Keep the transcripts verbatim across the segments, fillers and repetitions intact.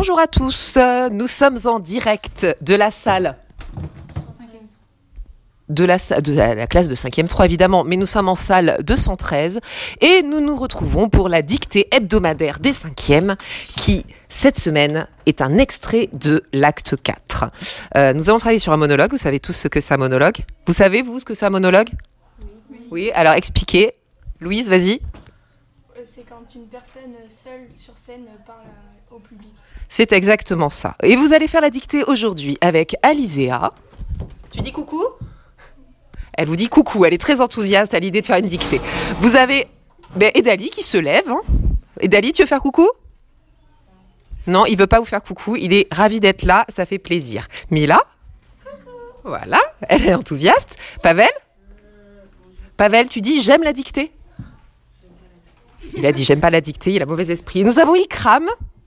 Bonjour à tous, euh, nous sommes en direct de la salle de la, de la, la classe de cinquième trois évidemment, mais nous sommes en salle deux cent treize et nous nous retrouvons pour la dictée hebdomadaire des cinquièmes qui, cette semaine, est un extrait de l'acte quatre. Euh, nous avons travaillé sur un monologue, vous savez tous ce que c'est un monologue. Vous savez, vous, ce que c'est un monologue ? Oui. Oui, alors expliquez. Louise, vas-y. C'est quand une personne seule sur scène parle au public. C'est exactement ça. Et vous allez faire la dictée aujourd'hui avec Alizéa. Tu dis coucou ? Elle vous dit coucou, elle est très enthousiaste à l'idée de faire une dictée. Vous avez ben, Edali qui se lève. Hein. Edali, tu veux faire coucou ? Non, il veut pas vous faire coucou. Il est ravi d'être là, ça fait plaisir. Mila ? Coucou. Voilà, elle est enthousiaste. Pavel ? Pavel, tu dis j'aime la dictée ? Il a dit j'aime pas la dictée, il a mauvais esprit. Et nous avons Ikram.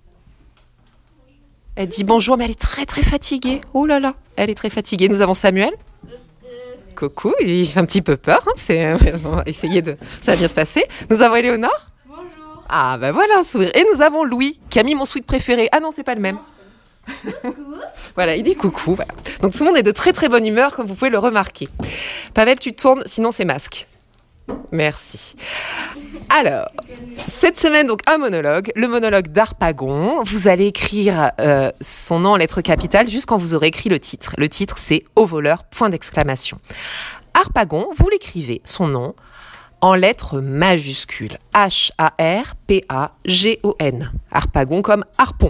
Elle dit bonjour, mais elle est très très fatiguée. Oh là là, elle est très fatiguée. Nous avons Samuel. Coucou, il fait un petit peu peur. Hein, c'est euh, essayer de, ça va bien se passer. Nous avons Éléonore. Bonjour. Ah ben voilà un sourire. Et nous avons Louis qui a mis mon sweat préféré. Ah non, c'est pas le même. Coucou. Voilà, il dit coucou. Voilà. Donc tout le monde est de très très bonne humeur, comme vous pouvez le remarquer. Pavel, tu tournes, sinon c'est masque. Merci. Alors, cette semaine, donc un monologue, le monologue d'Harpagon. Vous allez écrire euh, son nom en lettres capitales juste quand vous aurez écrit le titre. Le titre, c'est « Au voleur », point d'exclamation. Harpagon, vous l'écrivez, son nom, en lettres majuscules. H A R P A G O N. Harpagon comme harpon.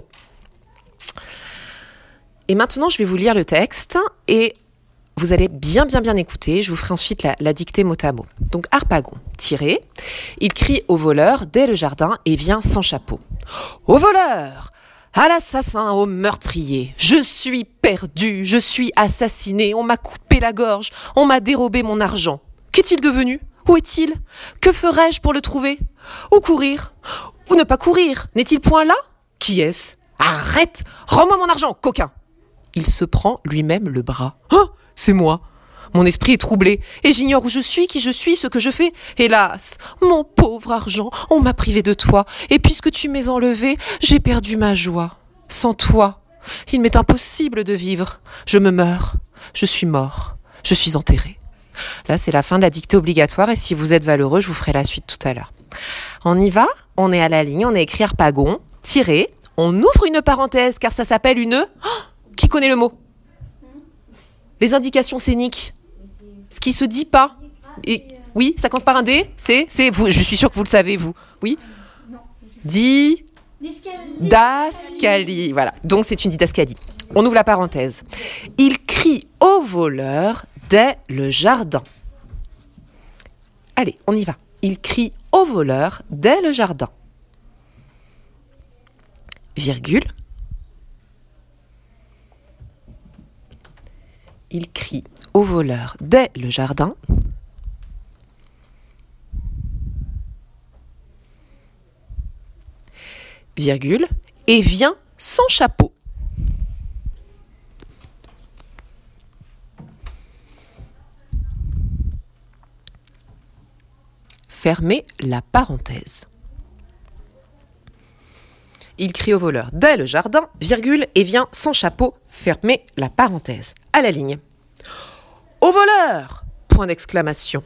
Et maintenant, je vais vous lire le texte et vous allez bien, bien, bien écouter. Je vous ferai ensuite la, la dictée mot à mot. Donc, Harpagon, tiré. Il crie au voleur dès le jardin et vient sans chapeau. Au voleur! À l'assassin, au meurtrier! Je suis perdu, je suis assassiné, on m'a coupé la gorge, on m'a dérobé mon argent. Qu'est-il devenu? Où est-il? Que ferais-je pour le trouver? Où courir? Ou ne pas courir? N'est-il point là? Qui est-ce? Arrête! Rends-moi mon argent, coquin! Il se prend lui-même le bras. Oh! C'est moi. Mon esprit est troublé, et j'ignore où je suis, qui je suis, ce que je fais. Hélas, mon pauvre argent, on m'a privé de toi, et puisque tu m'es enlevé, j'ai perdu ma joie. Sans toi, il m'est impossible de vivre. Je me meurs, je suis mort, je suis enterré. Là, c'est la fin de la dictée obligatoire, et si vous êtes valeureux, je vous ferai la suite tout à l'heure. On y va, on est à la ligne, on a écrit Harpagon, tiré, on ouvre une parenthèse, car ça s'appelle une... Oh, qui connaît le mot ? Les indications scéniques, ce qui se dit pas. Et, oui, ça commence par un D, c'est, c'est vous. Je suis sûre que vous le savez, vous. Oui. Di. Dascali. Voilà. Donc c'est une didascalie. On ouvre la parenthèse. Il crie au voleur dès le jardin. Allez, on y va. Il crie au voleur dès le jardin. Virgule. Il crie au voleur dès le jardin. Virgule. Et vient sans chapeau. Fermez la parenthèse. Il crie au voleur dès le jardin, virgule, et vient sans chapeau, fermez la parenthèse. À la ligne. Au voleur! Point d'exclamation.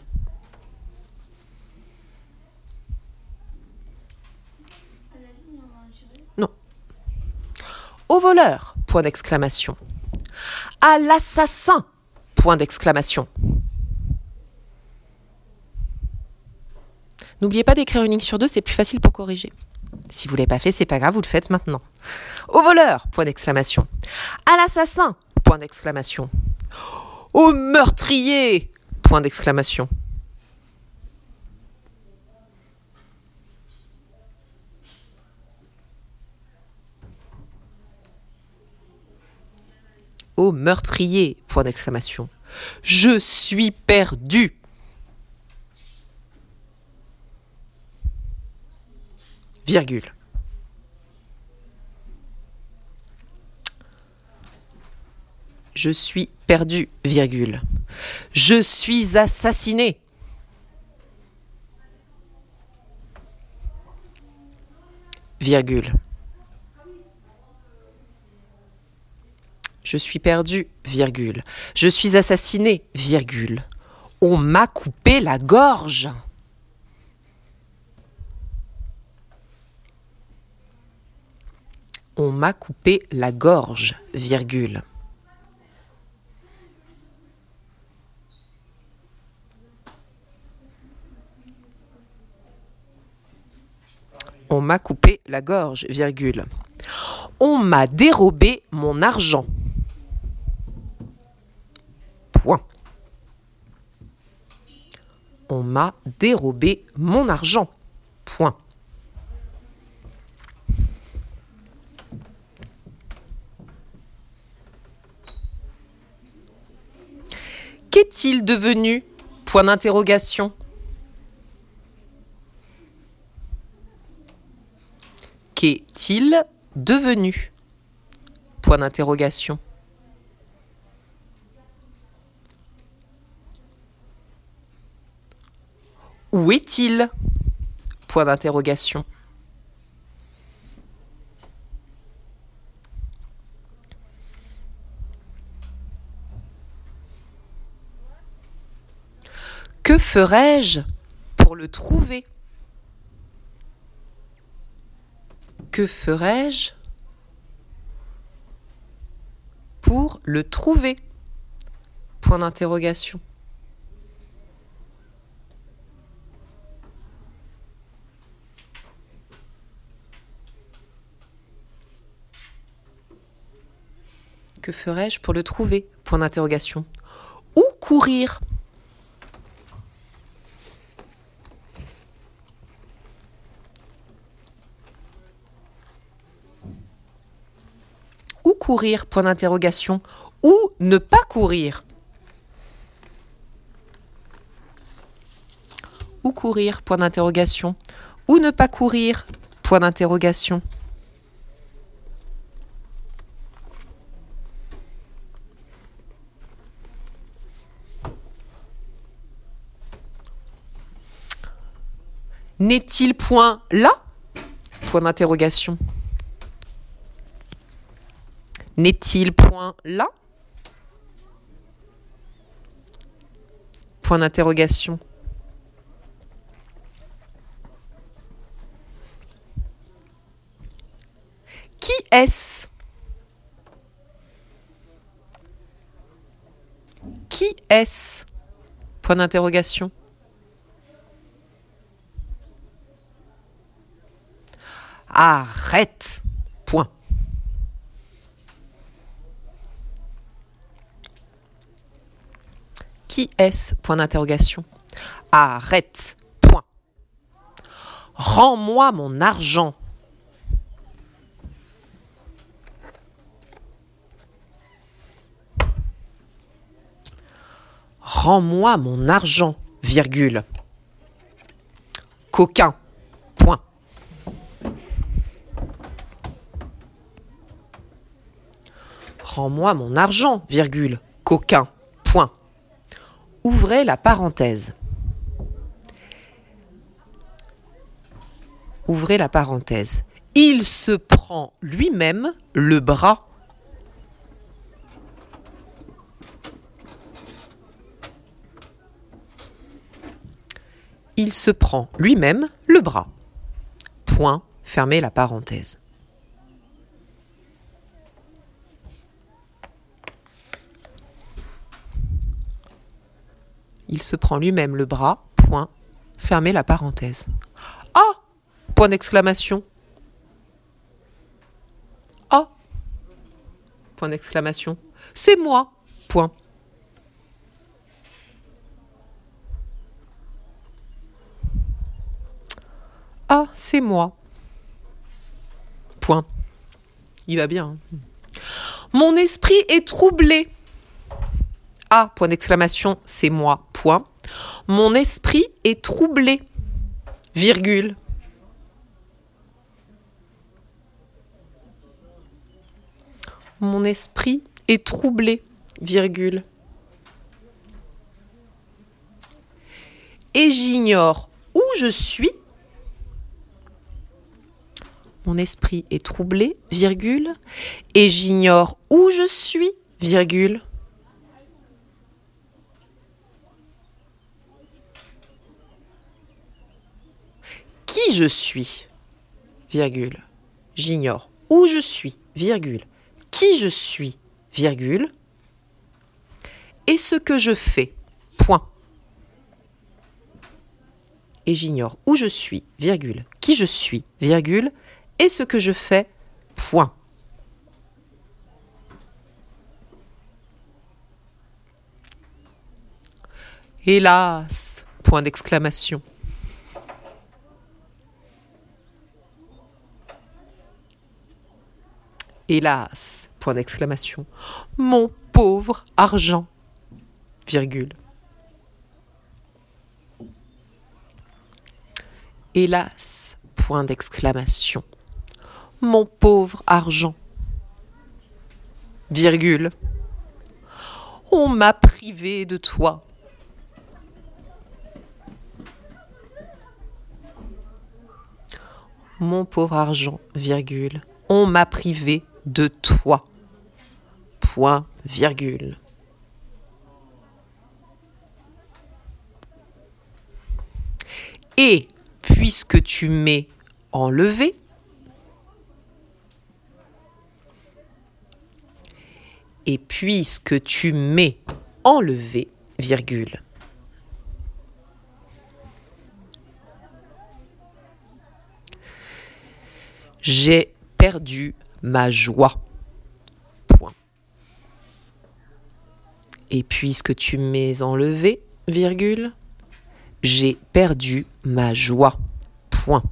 Non. Au voleur! Point d'exclamation. À l'assassin! Point d'exclamation. N'oubliez pas d'écrire une ligne sur deux, c'est plus facile pour corriger. Si vous ne l'avez pas fait, c'est pas grave, vous le faites maintenant. Au voleur, point d'exclamation. À l'assassin, point d'exclamation. Au meurtrier, point d'exclamation. Au meurtrier, point d'exclamation. Je suis perdu. Virgule. Je suis perdu, virgule. Je suis assassiné. Virgule. Je suis perdu, virgule. Je suis assassiné, virgule. On m'a coupé la gorge. On m'a coupé la gorge, virgule. On m'a coupé la gorge, virgule. On m'a dérobé mon argent. Point. On m'a dérobé mon argent. Point. Qu'est-il devenu? Point d'interrogation. Qu'est-il devenu? Point d'interrogation. Où est-il? Point d'interrogation. Que ferais-je pour le trouver? Que ferais-je pour le trouver? Point d'interrogation. Que ferais-je pour le trouver? Point d'interrogation. Où courir? Où courir? Point d'interrogation. Où ne pas courir? Où courir? Point d'interrogation. Où ne pas courir? Point d'interrogation. N'est-il point là? Point d'interrogation. N'est-il point là? Point d'interrogation. Qui est-ce? Qui est-ce? Point d'interrogation. Arrête. Point. Qui est-ce? Point d'interrogation. Arrête. Point. Rends-moi mon argent. Rends-moi mon argent, virgule. Coquin. Point. Rends-moi mon argent, virgule. Coquin. Point. Ouvrez la parenthèse. Ouvrez la parenthèse. Il se prend lui-même le bras. Il se prend lui-même le bras. Point. Fermez la parenthèse. Il se prend lui-même le bras, point, fermez la parenthèse. Ah! Point d'exclamation. Ah! Point d'exclamation. C'est moi, point. Ah, c'est moi. Point. Il va bien. Hein. Mon esprit est troublé. Ah, point d'exclamation, c'est moi, point. Mon esprit est troublé, virgule. Mon esprit est troublé, virgule. Et j'ignore où je suis. Mon esprit est troublé, virgule. Et j'ignore où je suis, virgule. Qui je suis, virgule. J'ignore où je suis, virgule. Qui je suis, virgule. Et ce que je fais, point. Et j'ignore où je suis, virgule. Qui je suis, virgule. Et ce que je fais, point. Hélas, point d'exclamation. Hélas, point d'exclamation. Mon pauvre argent, virgule. Hélas, point d'exclamation. Mon pauvre argent, virgule. On m'a privé de toi. Mon pauvre argent, virgule. On m'a privé de toi. Point, virgule. Et puisque tu m'es enlevé, et puisque tu m'es enlevé, virgule. J'ai perdu ma joie. Point. Et puisque tu m'es enlevé, virgule, j'ai perdu ma joie. Point.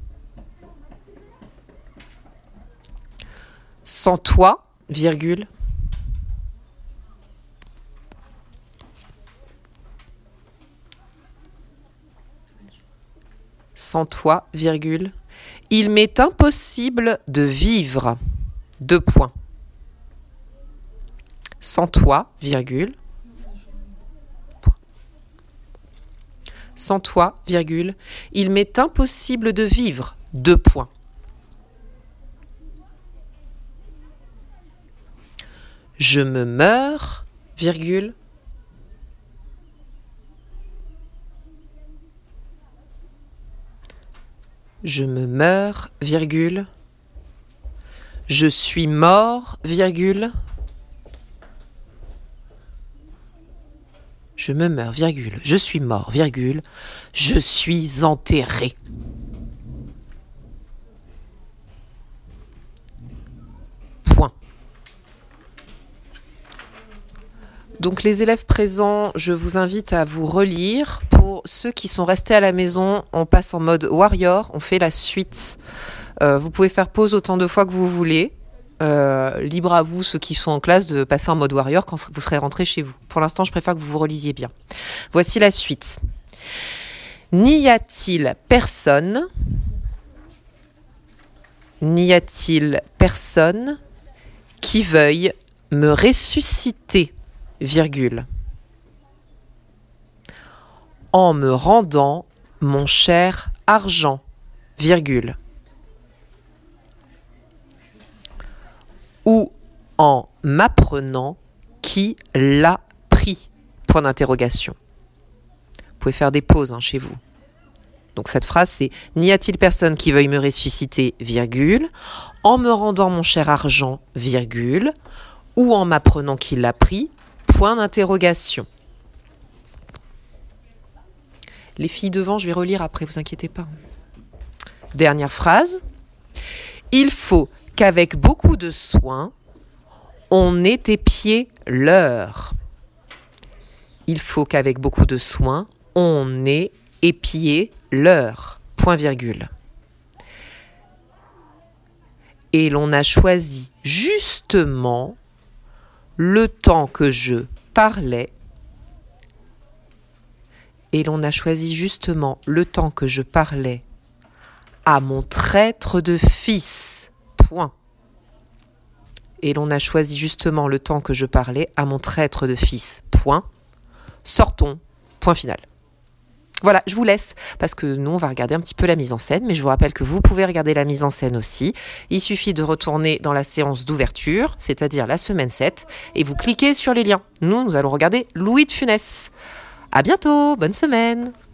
Sans toi, virgule. Sans toi, virgule. Il m'est impossible de vivre. Deux points. Sans toi, virgule. Sans toi, virgule. Il m'est impossible de vivre. Deux points. Je me meurs, virgule. Je me meurs, virgule. Je suis mort, virgule. Je me meurs, virgule. Je suis mort, virgule. Je suis enterré. Point. Donc les élèves présents, je vous invite à vous relire. Pour ceux qui sont restés à la maison, on passe en mode warrior, on fait la suite. Euh, vous pouvez faire pause autant de fois que vous voulez. Euh, libre à vous, ceux qui sont en classe, de passer en mode warrior quand vous serez rentrés chez vous. Pour l'instant, je préfère que vous vous relisiez bien. Voici la suite. N'y a-t-il personne, n'y a-t-il personne qui veuille me ressusciter, virgule, en me rendant mon cher argent, virgule, ou en m'apprenant qui l'a pris, point d'interrogation. Vous pouvez faire des pauses hein, chez vous. Donc cette phrase c'est « N'y a-t-il personne qui veuille me ressusciter, virgule, en me rendant mon cher argent, virgule, ou en m'apprenant qui l'a pris, point d'interrogation. » Les filles devant, je vais relire après, vous inquiétez pas. Dernière phrase. Il faut qu'avec beaucoup de soin, on épié l'heure. Il faut qu'avec beaucoup de soin, on ait épié l'heure. Point virgule. Et l'on a choisi justement le temps que je parlais. Et l'on a choisi justement le temps que je parlais à mon traître de fils. Point. Et l'on a choisi justement le temps que je parlais à mon traître de fils. Point. Sortons. Point final. Voilà, je vous laisse parce que nous, on va regarder un petit peu la mise en scène, mais je vous rappelle que vous pouvez regarder la mise en scène aussi. Il suffit de retourner dans la séance d'ouverture, c'est-à-dire la semaine sept, et vous cliquez sur les liens. Nous, nous allons regarder Louis de Funès. À bientôt, bonne semaine.